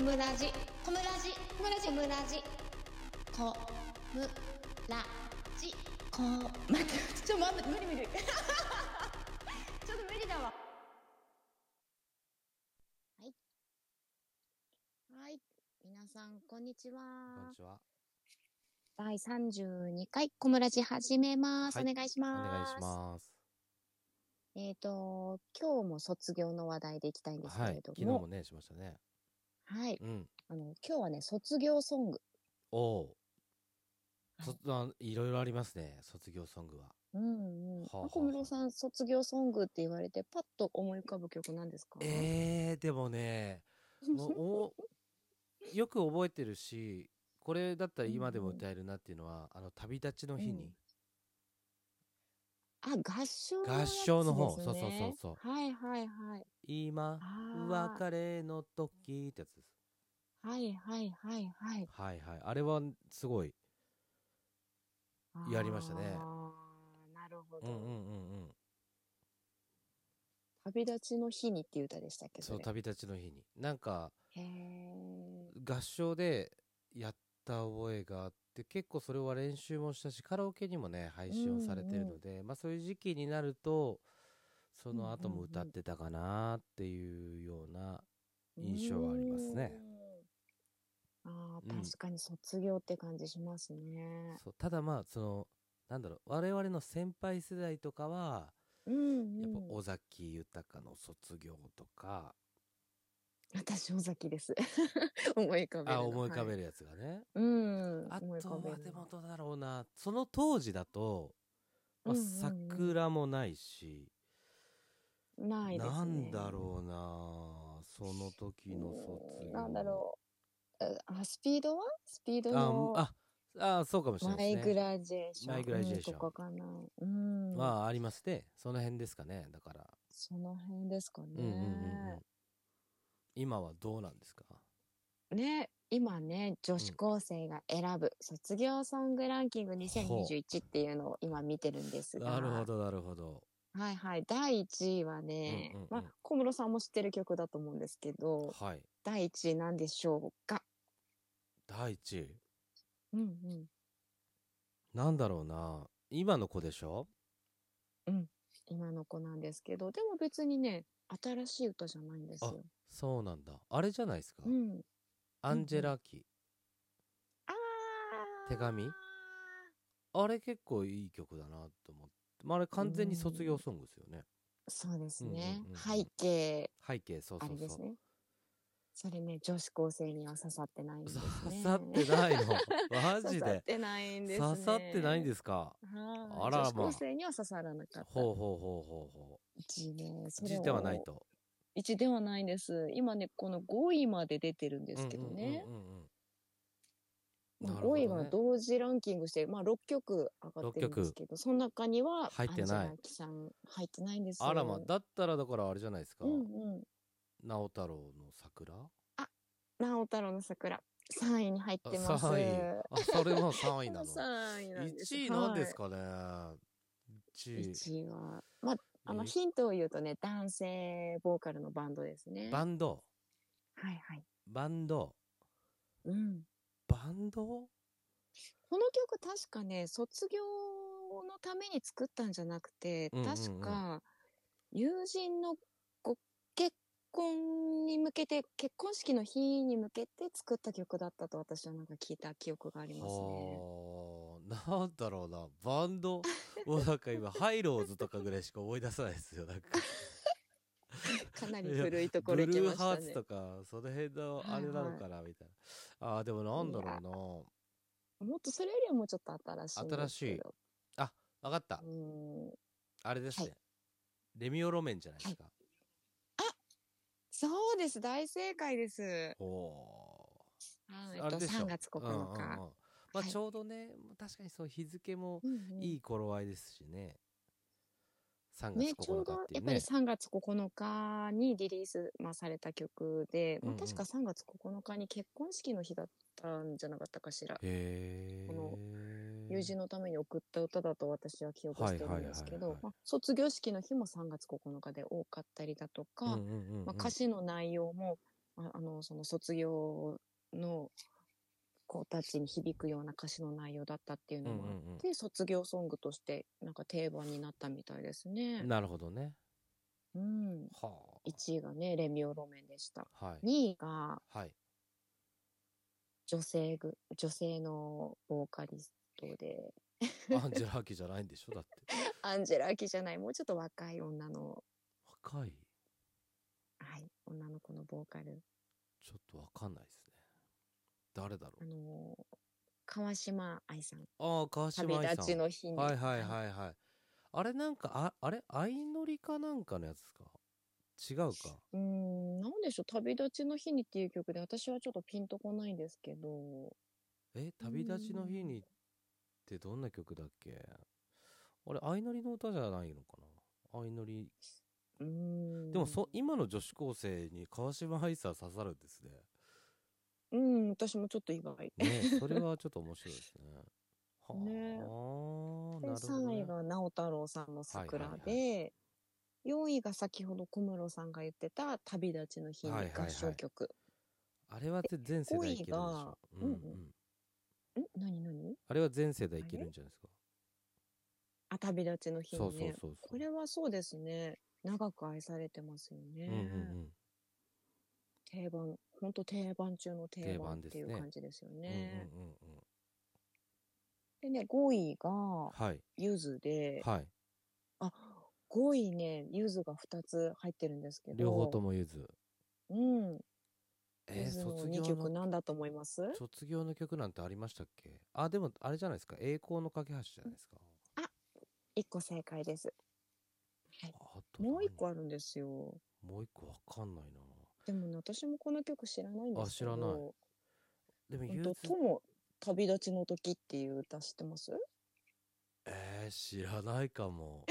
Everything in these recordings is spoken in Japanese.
コムラジコムラジコムラジコムラジコムラジコ待ってちょっと待って無理ちょっと無理だわ。はい皆さんこんにちは。 こんにちは。 第32回コムラジ始めます、 はい、 お願いします。 お願いします。 今日も卒業の話題でいきたいんですけれども、 昨日もねしましたね。 はい、 うん。 今日はね卒業ソング。 おはいいろいろありますね、卒業ソングは。 小室さん卒業ソングって言われてパッと思い浮かぶ曲なんですか？ でもねもうよく覚えてるし、これだったら今でも歌えるなっていうのは、旅立ちの日に、 合唱のやつですね。 合唱の方、そうそうそうそう。 はいはいはい。 今別れの時ってやつです。 はいはいはいはい。 はいはい、あれはすごいやりましたね。 なるほど。 うんうんうんうん。 旅立ちの日にっていう歌でしたっけ？ そう、旅立ちの日になんかへー。 合唱でやった覚えがあって、結構それは練習もしたし、カラオケにもね配信をされてるので、まあそういう時期になるとその後も歌ってたかなっていうような印象はありますね。 確かに卒業って感じしますね。 そう、ただまあなんだろう、我々の先輩世代とかはやっぱ尾崎豊の卒業とか。 私尾崎です思い浮かべるの。 思い浮かべるやつがね。あとはでもどうだろうな、その当時だと、桜もないし、 ないですね。 なんだろうな、その時の卒業。 なんだろう。スピードのそうかもしれないですね。 マイグラジェーション。 マイグラジェーション。 とかかな。 ありますね。その辺ですかね。だから。 その辺ですかね。 今はどうなんですかね、今ね、女子高生が選ぶ卒業ソングランキング2021っていうのを今見てるんですが。 なるほど、なるほど。 はいはい。第1位はね、小室さんも知ってる曲だと思うんですけど、 はい。 第1位なんでしょうか？ 第1位。なんだろうな。今の子でしょ？ 今の子なんですけど、でも別にね、新しい歌じゃないんですよ。 そうなんだ。あれじゃないですか。アンジェラ・キ。手紙。あれ結構いい曲だなと思って。あれ完全に卒業ソングですよね。 そうですね。背景。 そうそうそう。 あれですね。それね、女子高生には刺さってないんですね。 刺さってないの？マジで。 刺さってないんですね。 刺さってないんですか？ あら、女子高生には刺さらなかった。 ほう。 1ね。 1ではないと。 1ではないんです。今ね、この5位まで出てるんですけどね。5位が同時ランキングして、6曲上がってるんですけど、その中には入ってない。 アンジェラ・キさん入ってないんですよ。 あらま、だったらだからあれじゃないですか。直太朗の桜。 直太朗の桜。3位に入ってます。 3位。それも3位なの。 3位なんです。 1位なんですかね。 1位は、ヒントを言うとね、男性ボーカルのバンドですね。 バンド。 はいはい。 バンド。バンド？この曲確かね、卒業のために作ったんじゃなくて、確か友人のご結婚に向けて、結婚式の日に向けて作った曲だったと私はなんか聞いた記憶がありますね。 なんだろうな、バンドもうなんか今ハイローズとかぐらいしか思い出さないですよ。なんかかなり古いところ行きましたね。 ブルーハーツとかその辺のあれなのかなみたいな。でもなんだろうな。 もっとそれよりはもうちょっと新しいんですけど。 わかった。あれですね。レミオロメンじゃないですか。 そうです。大正解です。 あれでしょ。 3月9日。 ちょうどね、確かにそう日付もいい頃合いですしね。3月9日っていうね。 ちょうどやっぱり3月9日にリリース、された曲で、確か3月9日に結婚式の日だったんじゃなかったかしら。この友人のために送った歌だと私は記憶してるんですけど、卒業式の日も3月9日で多かったりだとか、歌詞の内容もその卒業の子たちに響くような歌詞の内容だったっていうのもあって、卒業ソングとしてなんか定番になったみたいですね。 なるほどね。 うん。 は 1位がね、レミオロメンでした。 あ。はい。 2位がはい。 女性のボーカリストで、 アンジェラ・アキじゃないんでしょだって。 アンジェラ・アキじゃない、もうちょっと若い女の、 若い？ はい、女の子のボーカル。 ちょっとわかんないですね。誰だろう。 川島愛さん。 ああ、川島愛さん。 旅立ちの日に。 はいはいはいはい。あれなんか、あれ相乗りかなんかのやつですか？違うか。 なんでしょう、旅立ちの日にっていう曲で、私はちょっとピンとこないんですけど。 旅立ちの日にってどんな曲だっけ？あれ、相乗りの歌じゃないのかな？相乗り。でも今の女子高生に川島愛さん刺さるんですね。 私もちょっと意外。 ね、それはちょっと面白いですね。はね。 あ、 で、 なるほど 3位ね。 が直太朗さんの桜はいはいはい。 で、4位が先ほど小室さんが言ってた旅立ちの日に合唱曲。 あれは全世代いけるでしょ。 何あれは全世代いけるんじゃないですか。 旅立ちの日にね。 そうこれはそうですね。長く愛されてますよね。定番、本当定番中の定番っていう感じですよね。でね、5位がゆずで、5位ね、ゆずが2つ入ってるんですけど。 両方ともゆず。 ゆずの2曲なんだと思います？ 卒業の曲なんてありましたっけ？でもあれじゃないですか。栄光の架け橋じゃないですか。 1個正解です。はい、もう1個あるんですよ。 もう1個わかんないな。 でもね、私もこの曲知らないんですけど。 知らない。でもゆずとも旅立ちの時っていう歌知ってます？ 知らないかも。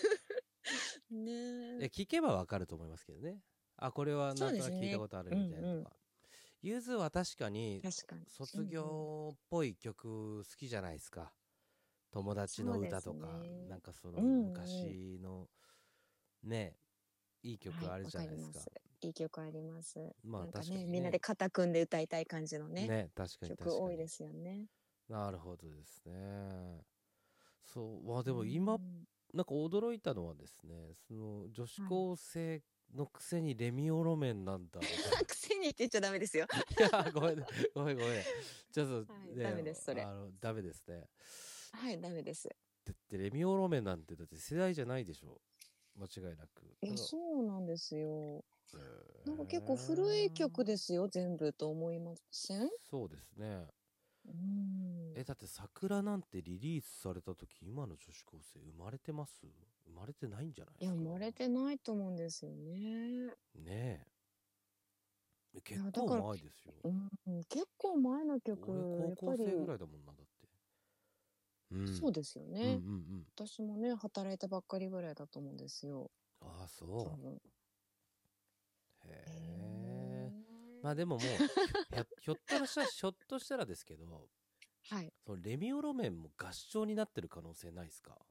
ね、 聞けばわかると思いますけどね。これはなんとなく聞いたことあるみたいなとか。ゆずは確かに卒業っぽい曲好きじゃないですか。友達の歌とか、なんかその昔のね、いい曲あるじゃないですか。 いい曲あります。 なんかね、 みんなで肩組んで歌いたい感じのね、 確かに曲多いですよね。 なるほどですね。そう、でも今なんか驚いたのはですね、その女子高生のくせにレミオロメンなんだ。 くせにって言っちゃダメですよ。 いや、ごめん。ちょっとダメです、それ。 ダメですね。 はい、ダメです。 だってレミオロメンなんてだって世代じゃないでしょ。間違いなく。 いや、そうなんですよ。なんか結構古い曲ですよ、全部と思いません？ そうですね。だって桜なんてリリースされた時、今の女子高生生まれてます？生まれてないんじゃないですか？ いや、生まれてないと思うんですよね。 ねえ。結構前ですよ。 結構前の曲。 俺高校生ぐらいだもんな、だって。 そうですよね。私もね、働いたばっかりぐらいだと思うんですよ。 そう。へえ。でももうひょっとしたらですけど、そのレミオロメンも合唱になってる可能性ないですか？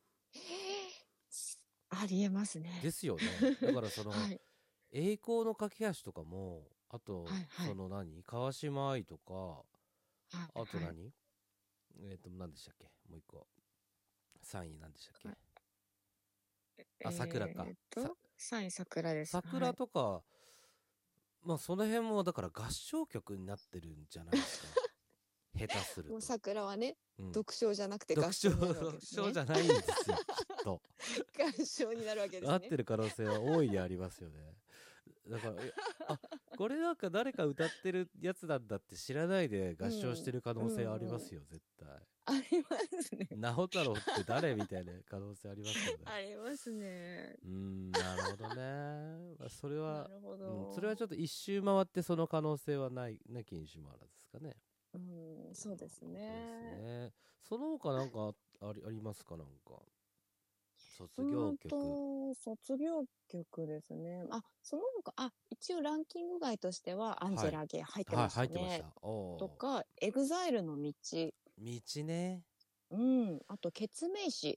ありえますね。 ですよね。だからその、栄光の架け橋とかも、あと、その川島愛とか、あと何でしたっけ？もう一個。3位何でしたっけ？桜か。 3位桜です。 桜とか、その辺もだから合唱曲になってるんじゃないですか。下手すると。 もう桜はね、独唱じゃなくて合唱になるわけですね。 独唱じゃないんですよ、きっと。 合唱になるわけですね。 合ってる可能性は大いにありますよね。だからこれなんか誰か歌ってるやつなんだって知らないで合唱してる可能性ありますよ、絶対。 ありますね。 直太朗って誰みたいな可能性ありますよね。 ありますね。 なるほどね。それはそれはちょっと一周回ってその可能性はないなきにしもあらずですかね。 そうですね。 その他なんかありますか？なんか卒業曲。 卒業曲ですね。その他、一応ランキング外としては、アンジェラ・ゲイ入ってましたね。入ってました。とか、エグザイルの道。 道ね。 あと、ケツメイシ。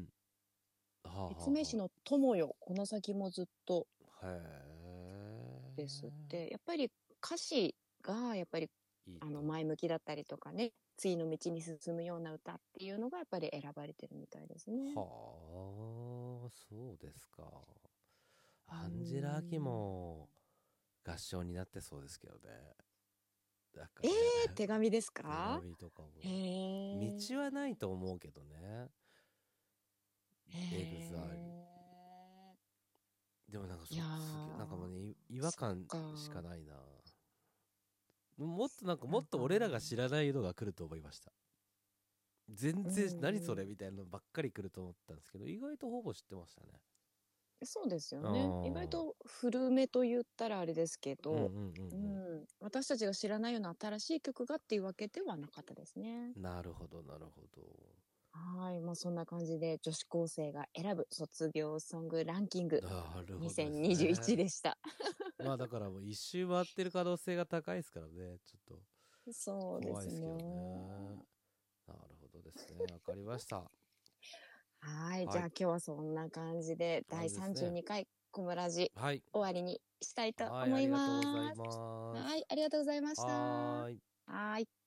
ケツメイシの友よ、この先もずっと。 へえ。 ですって。やっぱり歌詞がやっぱりいいと。 前向きだったりとかね、次の道に進むような歌っていうのがやっぱり選ばれてるみたいですね。 はあ、そうですか。 うアンジェラ・アキん。 も合唱になってそうですけどね。なんかえね、 手紙です手か？ 紙とかも。 へえ。 道はないと思うけどね。 へエグザイル。 え。 でもなんかいやすげえ、なんかもうね、違和そっ感か。 しかないな。もっとなんかもなんか、 っと俺らが知らないのが来ると思いました。全う然何それん。 みたいなのばっかり来ると思ったんですけど、意外とほぼ知ってましたね。 そうですよあね。意外あ。 と古めと言ったらあれですけうんうんど、私たちが知らないような新しい曲がっていうわけではなかったですね。 うん。なるほどなるほど。 はい。まあそんな感じで女子高生が選ぶ卒業ソングランキングなるほどです 2021 ね。 でした。 まあだからもう一周回ってる可能性が高いですからね。ちょっとそうですね。 怖いですけどね。なるほどですね。わかりました。 はい。じはい。 ゃあ今日はそんな感じで第感じです 32 ね。 回コムラジはい。 終わりにしたいとはい、 思いありがとうございます。 ます。 はい。ありがとうございました。 はーい。 はい。